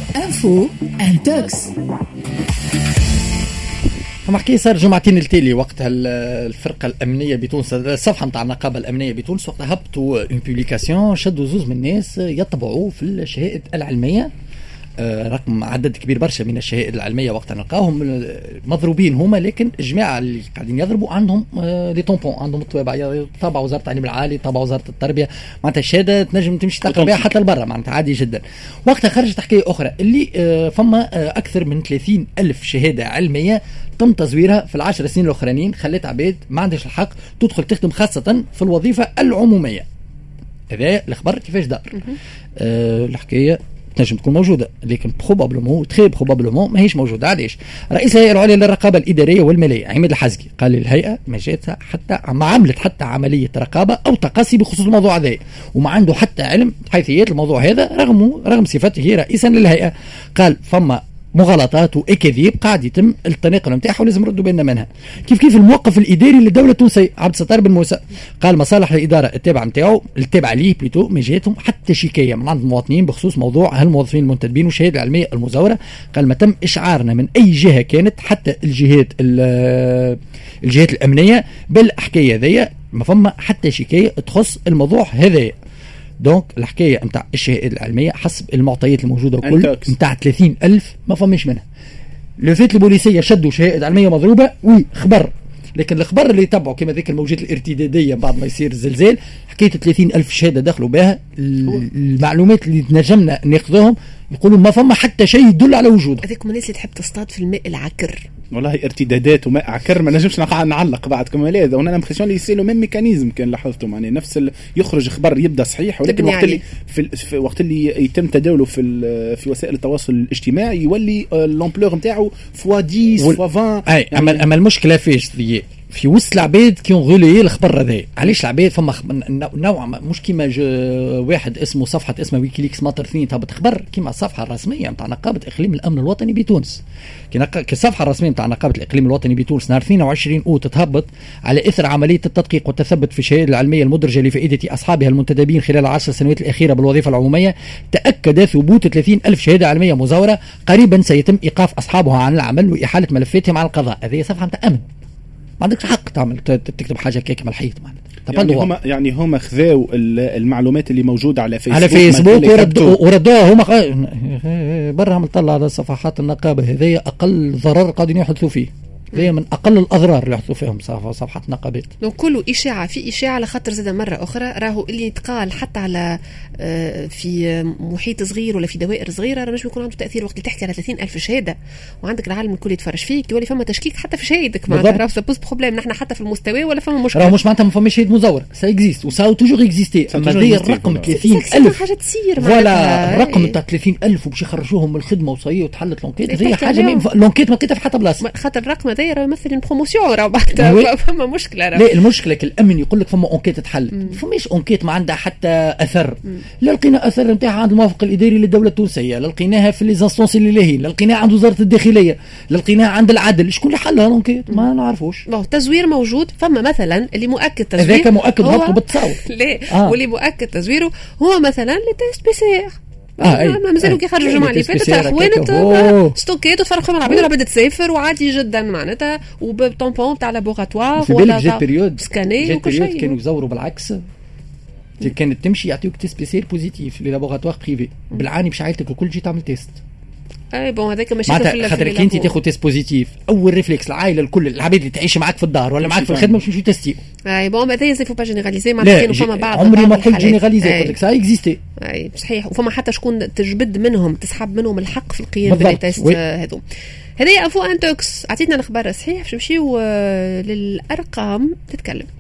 انفو انتوكس. فما حكي صار جمعتين التالي وقتها الفرقه الامنيه بتونس، الصفحه نتاع النقابه الامنيه بتونس، وقتها هبطوا اون بوبليكاسيون شدوا زوز من الناس يطبعوا في الشهائد العلميه، رقم عدد كبير برشا من الشهائد العلميه وقتها نلقاهم مضروبين هما، لكن الجماعه اللي قاعدين يضربوا عندهم لي طومبون، عندهم الطوابع، طابع وزاره التعليم العالي، طابع وزاره التربيه، معناتها الشهاده تنجم تمشي تلقى بها حتى لبرا، معناتها عادي جدا. وقتها خرجت حكايه اخرى اللي فما اكثر من 30,000 شهاده علميه تم تزويرها في ال10 سنين الاخرانيين، خلت عباد ما عندهاش الحق تدخل تخدم خاصه في الوظيفه العموميه. هذا الخبر كيفاش دار. الحكايه تنجم تكون موجوده، لكن بروبابلومون تري بروبابلومون ماهيش موجوده. علاش؟ رئيس الهيئه العليا للرقابه الاداريه والماليه عماد الحزقي قال الهيئه ما جاتها حتى ما عملت حتى عمليه رقابه او تقصي بخصوص الموضوع هذا، وما عنده حتى علم بحيثيات الموضوع هذا رغم صفته رئيسا للهيئه. قال فما مغالطات واكاذيب قاعد يتم التناقل نتاعها ولازم نردوا بالنا منها. كيف الموقف الاداري للدوله التونسيه عبد الستار بن موسى قال مصالح الاداره التابعه نتاعو التابعه ليه بليتو ما جاتهم حتى شكايه من عند المواطنين بخصوص موضوع هالموظفين المنتدبين والشهاده العلميه المزوره. قال ما تم اشعارنا من اي جهه كانت حتى الجهات الامنيه بالحكايه هذيا، ما فما حتى شكايه تخص الموضوع هذايا. دونك الحكايه نتاع الشهائد العلميه حسب المعطيات الموجوده كل نتاع 30,000 ما فماش منها. لو فات البوليسيه شدوا شهائد علميه مضروبه خبر، لكن الخبر اللي يتبعوا كما ذيك الموجات الارتداديه بعد ما يصير الزلزال، حكايه 30,000 شهاده دخلوا بها المعلومات اللي نجمنا ناخذوهم يقولوا ما فما حتى شيء يدل على وجوده. هذيك من الناس اللي تحب تصطاد في الماء العكر، والله ارتدادات وماء عكر ما نجمش نعلق بعد كما هذا. وانا مخشون اللي يصيروا ميم ميكانيزم كان لاحظته، يعني نفس يخرج خبر يبدا صحيح، ولكن وقت اللي في وقت اللي يتم تداوله في وسائل التواصل الاجتماعي يولي لامبلور نتاعو فوا 10 فوا 20. يعني اما المشكله فيش في وسط العباد كي غولي الخبر هذا. علاش العباد فما نوع مش كيما واحد اسمه صفحه اسمها ويكيليكس ماطر 2 تهبط خبر كيما الصفحه الرسميه نتاع نقابه اقليم الامن الوطني بتونس. كي الصفحه الرسميه نتاع نقابه الاقليم الوطني بتونس نهار 22 اوت تهبط على اثر عمليه التدقيق والتثبت في الشهاده العلميه المدرجه لفائده اصحابها المنتدبين خلال 10 سنوات الاخيره بالوظيفه العموميه، تاكد ثبوت 30,000 شهاده علميه مزوره. قريبا سيتم ايقاف اصحابها عن العمل واحاله ملفاتهم على القضاء. هذه صفحه نتاع امن، ما عندكش حق تعمل تكتب حاجه كيك من الحيط. يعني هم خذاو المعلومات اللي موجوده على فيسبوك وردوها هما برا من طلع على صفحات النقابه. هذه اقل ضرر قاعدين يحدثوا فيه، هي من اقل الاضرار اللي يحدثوا فيهم صفحات نقابات. دونك كله اشاعه في اشاعه، على خاطر زاد مره اخرى راهو اللي يتقال حتى على في محيط صغير ولا في دوائر صغيره راه مش بيكون عنده تاثير. وقت اللي تحكي على 30,000 شهاده وعندك العالم الكل يتفرج فيك يولي فما تشكيك حتى في شهادك، معناتها راه سبوز بروبليم. نحن حتى في المستوى ولا فما مشكله، راه مش معناتها ما فماش شهاده مزور، سا اكزيست وسا توجور اكزيستي. اما هذه الرقم 30,000 حاجه تصير ولا الرقم تاع 30,000 وباش يخرجوهم من الخدمه وصيه وتحلت لونكيت. هذه حاجه لونكيت ما لقيتها في حتى بلاصه، خاطر الرقم هذا راه يمثل بروموسيون. راه بعد فما مشكله. لا المشكله الامن يقول لك فما انكيت تحل، فماش انكيت ما عندها حتى اثر. لا لقينا اثر نتاعها عند الموافق الاداري للدوله التونسيه، لا لقيناها في ليزانستونس اللي لا لقيناها عند وزاره الداخليه، لا لقيناها عند العدل. شكون اللي حلها الانكيت؟ ما نعرفوش. تزوير موجود. فما مثلا اللي مؤكد تزوير هذاك مؤكد هبطوا بالتصاور. لا واللي مؤكد تزويره هو مثلا لي تيست بي سي ار. مازالوا كي خرجوا الجمعه اللي فاتت اخوانت ستوكيت وتفرقوا من العباد ولا بدات تسافر وعادي جدا معناتها، وبالطومبون تاع لابوغاتوار ولا سكاني وكل شيء. كانوا يزوروا بالعكس، كانت تمشي يعطيوك تيست بي سي ار بوزيتيف لي لابوغاتوار بريفي بالعاني باش عائلتك الكل تجي تعمل تيست. اي بون هذاك ماشي في خاطر كي انت تاخذ تيست بوزيتيف اول ريفلكس العائله الكل العباد اللي تعيش معاك في الدار ولا معاك في الخدمه باش يمشيو تيستيو. اي بون هذا يزيفو با جينيراليزي، معناتها كانوا فما بعض عمري ما قلت جينيراليزي، قلت لك سا اكزيستي. اي صحيح. وفما حتى شكون تجبد منهم تسحب منهم الحق في القيام بالتيست هذو. هذه افو انتوكس عطيتنا الخبر صحيح باش نمشيو للارقام تتكلم.